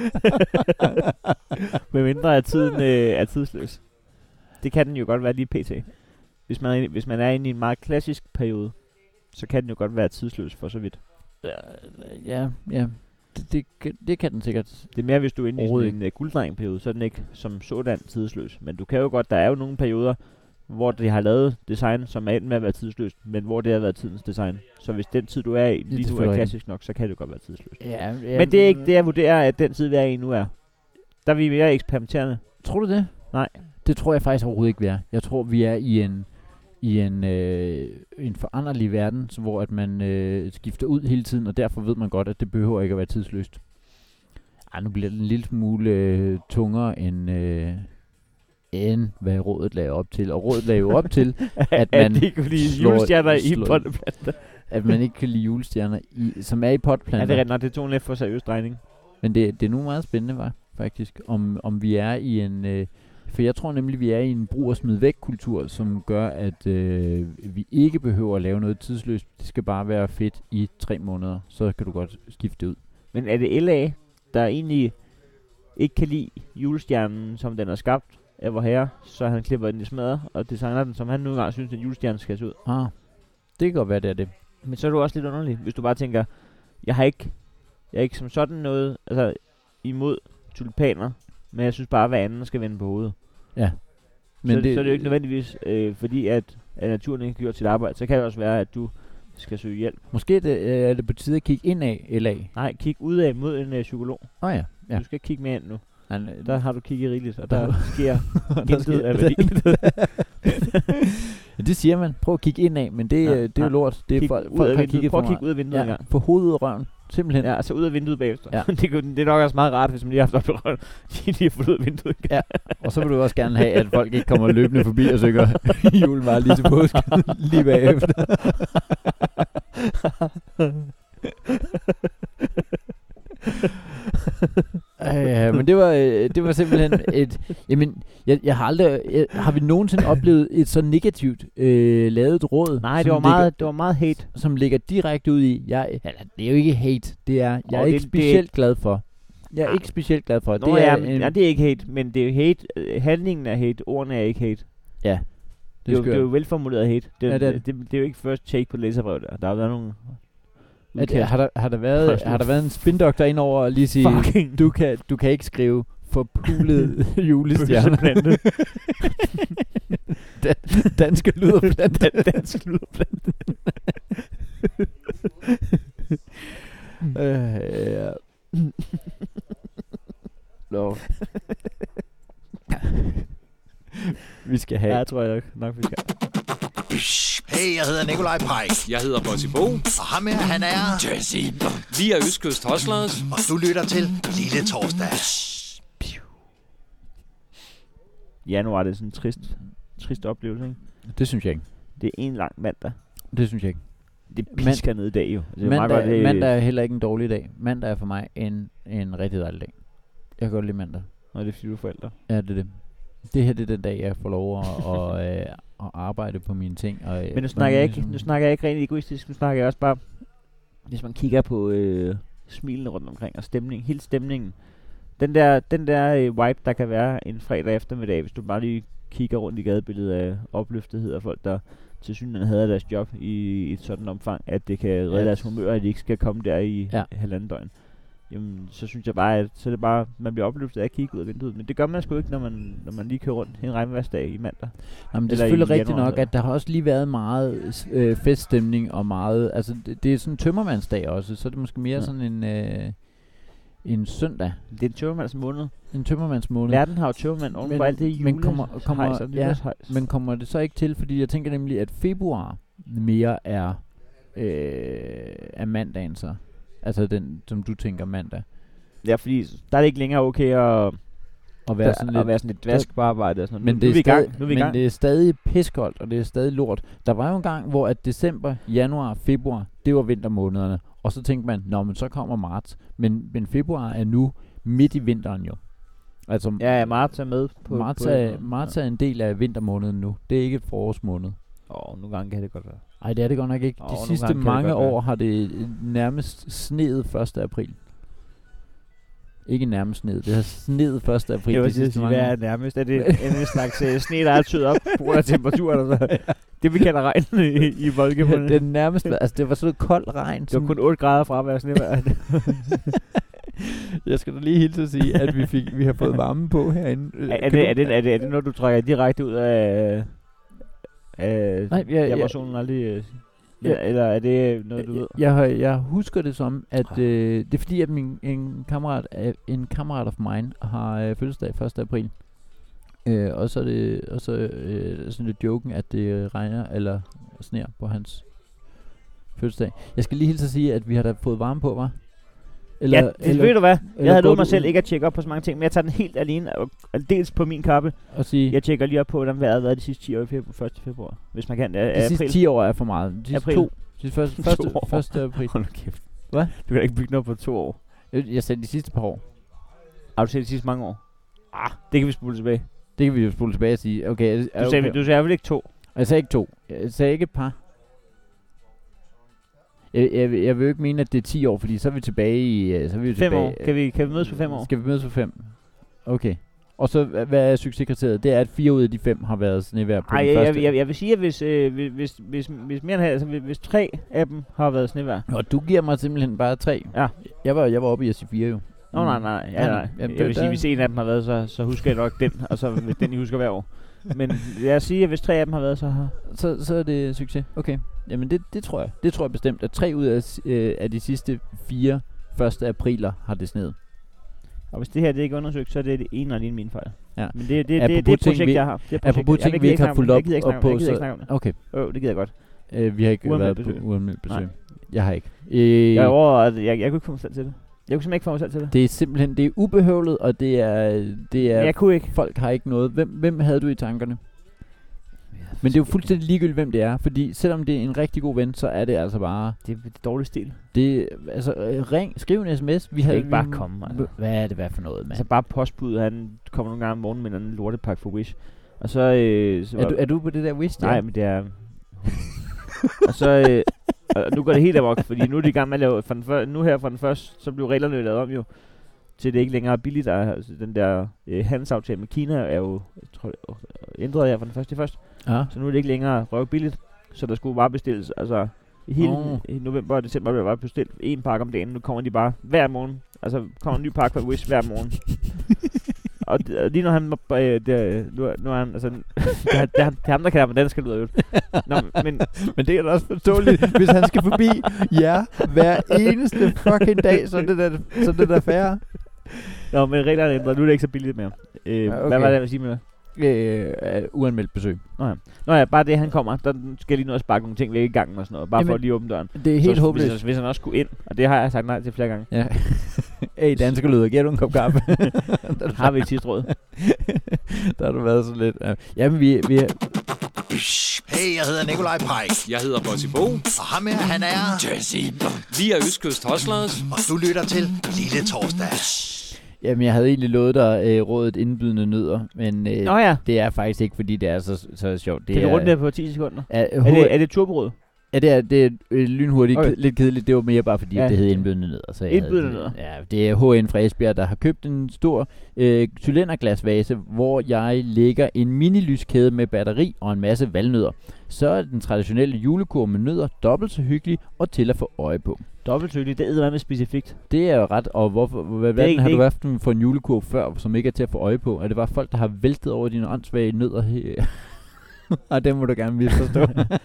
Med mindre at tiden er tidsløs. Det kan den jo godt være lige pt. Hvis man er inde i en meget klassisk periode, så kan den jo godt være tidsløs for så vidt. Ja. Det kan den sikkert. Det er mere, hvis du er inde i sådan en gulddrengperiode, så er den ikke som sådan tidsløs. Men du kan jo godt, der er jo nogle perioder, hvor de har lavet design, som er endt med at være tidsløst, men hvor det har været tidens design. Så hvis den tid, du er i, lige nu er klassisk nok, så kan det godt være tidsløst. Ja, men det er ikke det, jeg vurderer, at den tid, vi er i nu er. Der er vi mere eksperimenterende. Tror du det? Nej. Det tror jeg faktisk overhovedet ikke, vi er. Jeg tror, vi er i en foranderlig verden, hvor at man skifter ud hele tiden, og derfor ved man godt, at det behøver ikke at være tidsløst. Nu bliver det en lille smule tungere end hvad rådet lagde op til. Og rådet lagde jo op til, at man ikke kunne lide julestjerner i potteplanter. At man ikke kan lide julestjerner, som er i potplanter. Ja, det er rigtigt nok. Det tog en lidt for seriøs drejning. Men det er nu meget spændende, faktisk. Om vi er i en... for jeg tror nemlig, vi er i en brug- og smid-væk-kultur, som gør, at vi ikke behøver at lave noget tidsløst. Det skal bare være fedt i 3 måneder. Så kan du godt skifte ud. Men er det LA, der egentlig ikke kan lide julestjernen, som den er skabt af vor herre, så han klipper den i smadre og designer den, som han nu engang synes, at julestjernen skal se ud? Det kan godt være, det er det. Men så er du også lidt underlig, hvis du bare tænker, jeg er ikke som sådan noget imod tulipaner, men jeg synes bare, at hver anden skal vende på hovedet. Ja. Men så er det jo ikke nødvendigvis, fordi at naturen ikke har gjort sit arbejde. Så kan det også være, at du skal søge hjælp. Måske er det på tide at kigge ind af LA. Nej, kig ud af mod en psykolog. Ja. Du skal kigge mere ind nu. Der har du kigget rigeligt, og der sker intet af Ja, det siger man. Prøv at kigge indad, men det er jo lort. Det er folk har kigget prøv for at kigge ud af vinduet en gang. Få hovedet ud af røven. Simpelthen. Ja, altså ud af vinduet bagefter. Ja. det er nok også meget rart, hvis man lige har haft op i røven. De lige har fået ud af vinduet. Ja, og så vil du også gerne have, at folk ikke kommer løbende forbi og synger julemar lige til påske lige bagefter. Men det var simpelthen et... Jamen, jeg har aldrig... har vi nogensinde oplevet et så negativt lavet råd? Nej, det var meget hate. Som ligger direkte ud i... det er jo ikke hate. Det er... Jeg er ikke specielt glad for. Jeg er ikke specielt glad for. Det er ikke hate, men det er hate. Handlingen er hate. Ordene er ikke hate. Ja. Det er jo velformuleret hate. Det er jo ikke first take på læserbrev der. Der har været nogle... Har der været en spindoktor ind over og lige sige, du kan ikke skrive forpulet julestjerne. Danske luderplante. Danske luderplante. Vi skal have... Ja, jeg tror nok vi skal. Hey, jeg hedder Nikolaj Pike. Jeg hedder Bossy Bo. Og ham her, han er... Jesse. Vi er Østkyst Hustlers. Og du lytter til Lille Torsdag. Januar, det er sådan en trist oplevelse, ikke? Det synes jeg ikke. Det er en lang mandag. Det synes jeg ikke. Det pisker ned i dag jo. Mandag er heller ikke en dårlig dag. Mandag er for mig en rigtig dejlig dag. Jeg kan godt lide mandag. Og det er fordi du er forældre. Ja, det er det. Det her det er den dag, jeg får lov at arbejde på mine ting. Men nu snakker jeg ikke rent egoistisk. Nu snakker jeg også bare, hvis man kigger på smilene rundt omkring og hele stemningen. Den der vibe, der kan være en fredag eftermiddag, hvis du bare lige kigger rundt i gadebilledet af opløftethed af folk, der til synligheden havde deres job i et sådan omfang, at det kan redde deres humør, at de ikke skal komme der i halvanden døgn. Jamen, så synes jeg bare, at så er det bare, man bliver opløftet af at kigge ud af vinduet. Men det gør man sgu ikke, når man lige kører rundt en regnværsdag i mandag. Jamen, det er selvfølgelig rigtigt nok, at der har også lige været meget feststemning og meget... Altså, det er sådan en tømmermandsdag også, så er det måske mere sådan en søndag. Det er en tømmermandsmåned. En tømmermandsmåned. Verden har jo tømmermand oven på alt det men kommer det så ikke til, fordi jeg tænker nemlig, at februar mere er mandagen så. Altså den, som du tænker mandag. Ja, fordi der er det ikke længere okay at være sådan lidt dvask på arbejde og sådan noget. Men nu er vi i gang. Det er stadig piskoldt, og det er stadig lort. Der var jo en gang, hvor at december, januar, februar, det var vintermånederne. Og så tænkte man, men så kommer marts. Men februar er nu midt i vinteren jo. Altså, ja, marts er med på... Marts er en del af vintermåneden nu. Det er ikke et forårsmåned. Nogle gange kan det godt være. Nej, det er det godt nok ikke. De sidste mange år har det nærmest sneet 1. april. Ikke nærmest sneet. Det har sneet 1. april. Jeg vil sige, hvad er nærmest? Er det en slags sne, der er tydet op på grund af temperaturen? Altså. Det vi kalder regn i Volkemånen. Det er nærmest... Altså, det var sådan noget kold regn. Det var kun 8 grader fra at være snevejr. Jeg skal da lige hilse at sige, at vi har fået varme på herinde. Er det noget, du trækker direkte ud af... Nej, jeg var sådan aldrig... eller er det noget, du ved? Jeg husker det som, at det er fordi, at en kammerat of mine har fødselsdag 1. april. Og så er det sådan lidt joken, at det regner eller sner på hans fødselsdag. Jeg skal lige hilse at sige, at vi har da fået varme på, hva'? Eller ved du hvad? Jeg havde lovet mig selv ikke at tjekke op på så mange ting, men jeg tager den helt alene, og dels på min kappe. Og sige, jeg tjekker lige op på, hvordan vejret har været de sidste 10 år i 1. februar, hvis man kan. De sidste 10 år er for meget. De sidste april. De første april. Hold kæft. Hvad? Du kan ikke bygge noget på 2 år. Jeg sagde de sidste par år. Har du set de sidste mange år? Det kan vi spole tilbage. Det kan vi jo spole tilbage og sige. Okay. Du sagde vel ikke 2? Jeg sagde ikke 2. Jeg sagde ikke et par. Jeg vil jo ikke mene, at det er 10 år, fordi så er vi tilbage i... 5 år. Kan vi mødes på 5 år? Skal vi mødes på 5? Okay. Og så, hvad er succeskriteriet? Det er, at 4 ud af de 5 har været snevejr på den første. Jeg vil sige, at hvis mere end altså, hvis 3 af dem har været snevejr. Og du giver mig simpelthen bare 3. Ja. Jeg var oppe i at sige 4 jo. Nej. Jeg vil sige, at hvis en af dem har været, så husker jeg nok den, og så hvis den, I husker hver år. Men jeg siger, at hvis 3 af dem har været, så er det succes. Okay. Jamen det tror jeg. Det tror jeg bestemt, at 3 ud af de sidste 4 1. apriler har det sneet. Og hvis det her det ikke er undersøgt, så er det ene og alene min fejl. Ja. Men det er et projekt, jeg har. Apropos ting, vi ikke har fulgt op på. Jeg gider ikke snakke om det. Okay. Det gider jeg godt. Vi har ikke været på uanmeldt besøg. Jeg har ikke. Jeg er over, at jeg kunne ikke få mig selv til det. Jeg kunne simpelthen ikke få mig selv til det. Det er simpelthen, det er ubehøvlet, og det er jeg kunne ikke. Folk har ikke noget. Hvem havde du i tankerne? Men det er jo fuldstændig ligegyldigt, hvem det er, fordi selvom det er en rigtig god ven, så er det altså bare... Det er dårlig stil. Det altså skriv en sms. Vi havde ikke bare komme, altså. Hvad er det for noget, mand? Altså bare postbud, han kommer nogle gange om morgenen med en lortepakke for Wish. Og så... er du på det der Wish? Nej, men det er... og så... og nu går det helt amok, fordi nu er de i gang med at lave... nu her fra den første, så blev reglerne lavet om jo. Til det ikke længere er billigt. Altså, den der handelsaftale med Kina er jo ændret her fra den første til først. Ja. Så nu er det ikke længere røvbilligt. Så der skulle bare bestilles. Altså i november og december blev der bare bestilt en pakke om dagen. Nu kommer de bare hver morgen. Altså kommer en ny pakke fra Wish hver morgen. og lige når han nu er han altså det er ham der kan være dansk lyder jo. Men det er da også forståeligt, hvis han skal forbi hver eneste fucking dag, så det der færre. Nå, men reglerne ændret. Nu er det ikke så billigt mere. Okay. Hvad var det, jeg ville sige med det? Uanmeldt besøg. Nå ja, bare det han kommer, der skal jeg lige nå at sparke nogle ting væk i gangen og sådan noget. Bare for at lige åbne døren. Det er helt håbløst. Hvis han også skulle ind, og det har jeg sagt nej til flere gange. Ja. Hey, danskerlyder, giver du en kop kaffe? Har vi et sidste råd? Der har du været så lidt. Jamen, vi Hey, jeg hedder Nikolaj Pike. Jeg hedder Bossy Bo. Og ham her, han er... Jesse. Vi er Østkyst Hustlers. Og du lytter til Lille Torsdag. Jamen, jeg havde egentlig lovet dig rådet indbydende nødder, men det er faktisk ikke, fordi det er så sjovt. Kan du runde det på 10 sekunder? Er det turboråd? Ja, det er lynhurtigt, lidt kedeligt. Det var mere bare fordi, det hed indbydende nødder. Så indbydende nødder? Ja, det er HN fra Esbjerg, der har købt en stor cylinderglasvase, hvor jeg lægger en mini-lyskæde med batteri og en masse valnødder. Så er den traditionelle julekurv med nødder dobbelt så hyggelig og til at få øje på. Dobbelt så hyggelig, det er med specifikt. Det er jo ret, og hvad har du haft for en julekurv før, som ikke er til at få øje på? Er det bare folk, der har væltet over dine åndssvage nødder her? Og det må du gerne misforstå.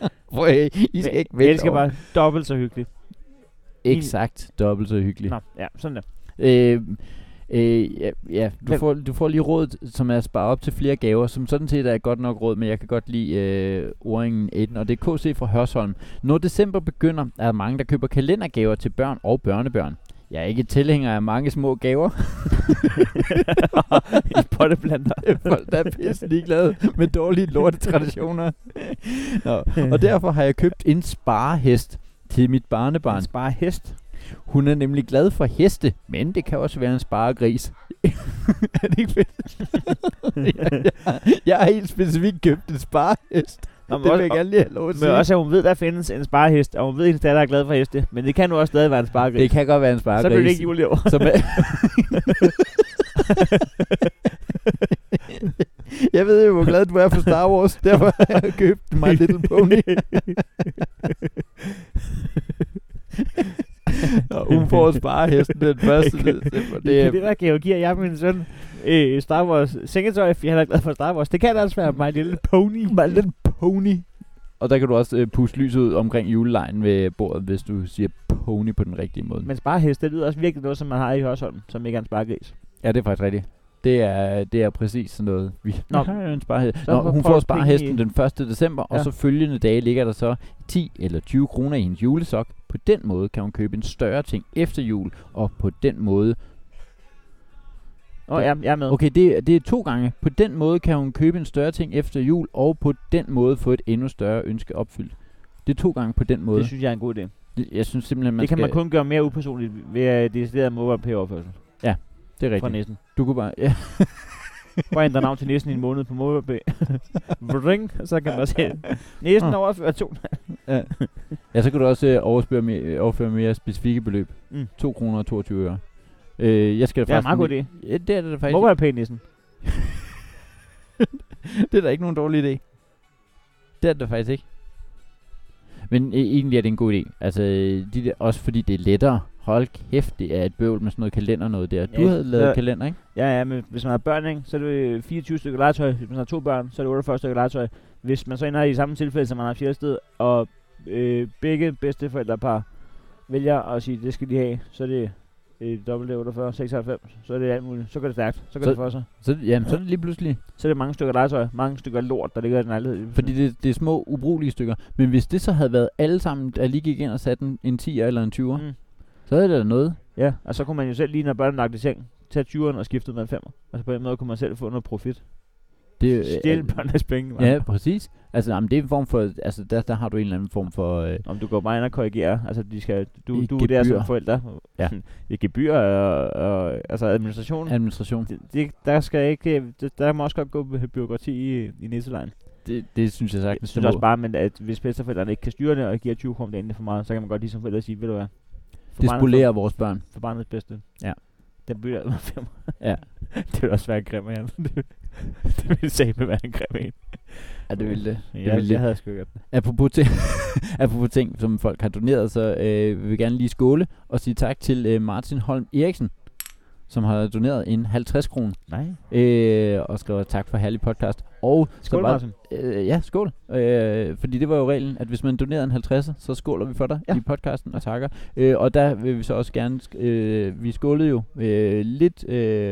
I skal ikke vælge. Jeg skal bare dobbelt så hyggeligt. Exakt, dobbelt så hyggeligt. Nå, ja, sådan der. Du får lige råd, som er at spare op til flere gaver, som sådan set er godt nok råd, men jeg kan godt lide ordingen 1, og det er KC fra Hørsholm. Når december begynder, er der mange, der køber kalendergaver til børn og børnebørn. Jeg er ikke tilhænger af mange små gaver. I potteplanter. Folk, der er pisse ligeglade med dårlige lortetraditioner. Og derfor har jeg købt en sparehest til mit barnebarn. En sparehest? Hun er nemlig glad for heste, men det kan også være en sparegris. Er det ikke fedt? jeg har helt specifikt købt en sparehest. Det vil jeg gerne lige have lov at sige. Men også at hun ved, der findes en sparehest, og hun ved, at hendes datter er glad for heste. Men det kan nu også stadig være en sparegris. Det kan godt være en sparegris. Så bliver det ikke jul i år. Jeg ved jo, hvor glad du er for Star Wars. Derfor har jeg købt My Little Pony. Og hun får sparehesten den første december. Det der gave giver jeg min søn Star Wars sengetøj, for jeg er glad for Star Wars. Det kan altså være My Little Pony. My Little Pony. Og der kan du også puste lyset ud omkring julelejen ved bordet, hvis du siger pony på den rigtige måde. Men sparehest, det lyder også virkelig noget, som man har i Hørsholm, som ikke er en sparegris. Ja, det er faktisk rigtigt. Det er præcis sådan noget. Vi har jo en sparehest. Hun får sparehesten den 1. december, og så følgende dage ligger der så 10 eller 20 kroner i hendes julesok. På den måde kan hun købe en større ting efter jul, og på den måde... jeg er med. Okay, det er 2 gange. På den måde kan hun købe en større ting efter jul, og på den måde få et endnu større ønske opfyldt. Det er 2 gange på den måde. Det synes jeg er en god idé. Jeg synes simpelthen, det kan man kun gøre mere upersonligt ved at decidere MobilePay-overførsel. Ja, det er rigtigt. Fra næsten. Du kunne bare... Ja. Bare ændre navn til næsten i en måned på MobilePay. Ring, så kan man se næsten overføre 2. Ja, så kan du også overføre mere specifikke beløb. 2 kroner og 22 øre. Jeg skal det er en meget god idé. Ja, det er det faktisk. MobilePay næsten. Det er da ikke nogen dårlig idé. Det er det faktisk ikke. Men egentlig er det en god idé. Altså, også fordi det er lettere. Hold kæft, det er et bøvl med sådan noget kalender noget der. Du havde lavet kalender, ikke? Ja, men hvis man har børn, ikke, så er det 24 stykker legetøj. Hvis man har 2 børn, så er det 48 stykker legetøj. Hvis man så ender i samme tilfælde, som man har 4 sted, og begge bedsteforældrepar vælger at sige, det skal de have, så er det WD-48, 96, så er det alt muligt. Så går det stærkt. Så går det for sig. Så er det lige pludselig. Så er det mange stykker legetøj, mange stykker lort, der ligger i den lejlighed. Fordi det er små, ubrugelige stykker. Men hvis det så havde været alle sammen, der lige gik ind og satte en 10'er eller en 20'er, så havde det da noget. Ja, og så kunne man jo selv lige, når børnene lagde i seng, tage 20'eren og skifte med en 5'er. Altså på den måde kunne man selv få noget profit. Stjæle børnenes penge. Ja, præcis. Altså, det er en form for, altså der har du en eller anden form for... Om du går bare ind og korrigerer, altså du er der som forældre. Ja. I gebyr og altså administration. Der skal ikke, der må også godt gå byråkrati i næselejen. Det synes jeg sagtens. Jeg synes også bare, at hvis bedsteforældrene ikke kan styre det og giver 20 kroner dagen for meget, så kan man godt lige som forældre sige, ved du hvad? Det spolerer vores børn. For barnets bedste. Ja. Den bliver med 5. Ja. Det vil også være en grim af det vil sæbe være en grim en. Ja, det ville det. Jeg havde sgu gjort det. Apropos ting, som folk har doneret, så vil vi gerne lige skåle og sige tak til Martin Holm Eriksen, som har doneret en 50 kroner. Nej. Og skriver tak for herlig podcast. Og skål, Martin. Ja, skål. Fordi det var jo reglen, at hvis man donerede en 50'er, så skåler vi for dig i podcasten og takker. Og der vil vi så også gerne, vi skålede jo lidt...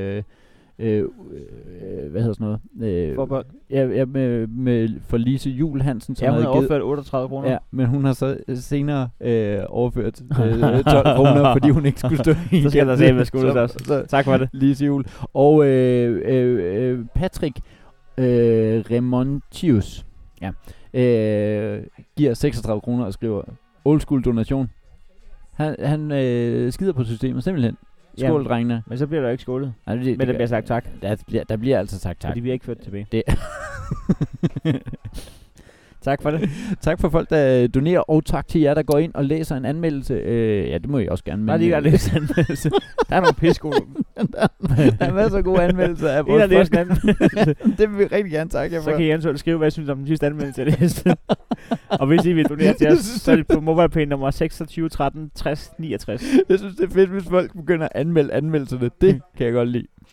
hvad hedder sådan noget? Forbold. Ja, for Lise Juhl Hansen, som hun havde har overført 38 kroner. Ja, men hun har så senere overført 12 kroner, fordi hun ikke skulle stå i. Så skal der se med skolen også. Tak for det. Lise Juhl. Og Patrick Remontius giver 36 kroner og skriver old school donation. Han skider på systemet, simpelthen. Skål, drengene. Men så bliver der ikke skålet. Men der bliver sagt tak. Der bliver altså sagt tak. Fordi vi har ikke ført tilbage. Tak for det. Tak for folk, der donerer, og tak til jer, der går ind og læser en anmeldelse. Ja, det må I også gerne. Nej, de kan læse en anmeldelse. Der er nogle pissegode. Der er masser af gode anmeldelser af vores podcast. Det vil vi rigtig gerne takke jer for. Så kan I eventuelt skrive, hvad I synes om den sidste anmeldelse, jeg læste. Og hvis I vil donere til os, så er det på MobilePay nummer 26 13 60 69. Jeg synes, det er fedt, hvis folk begynder at anmelde anmeldelserne. Det kan jeg godt lide.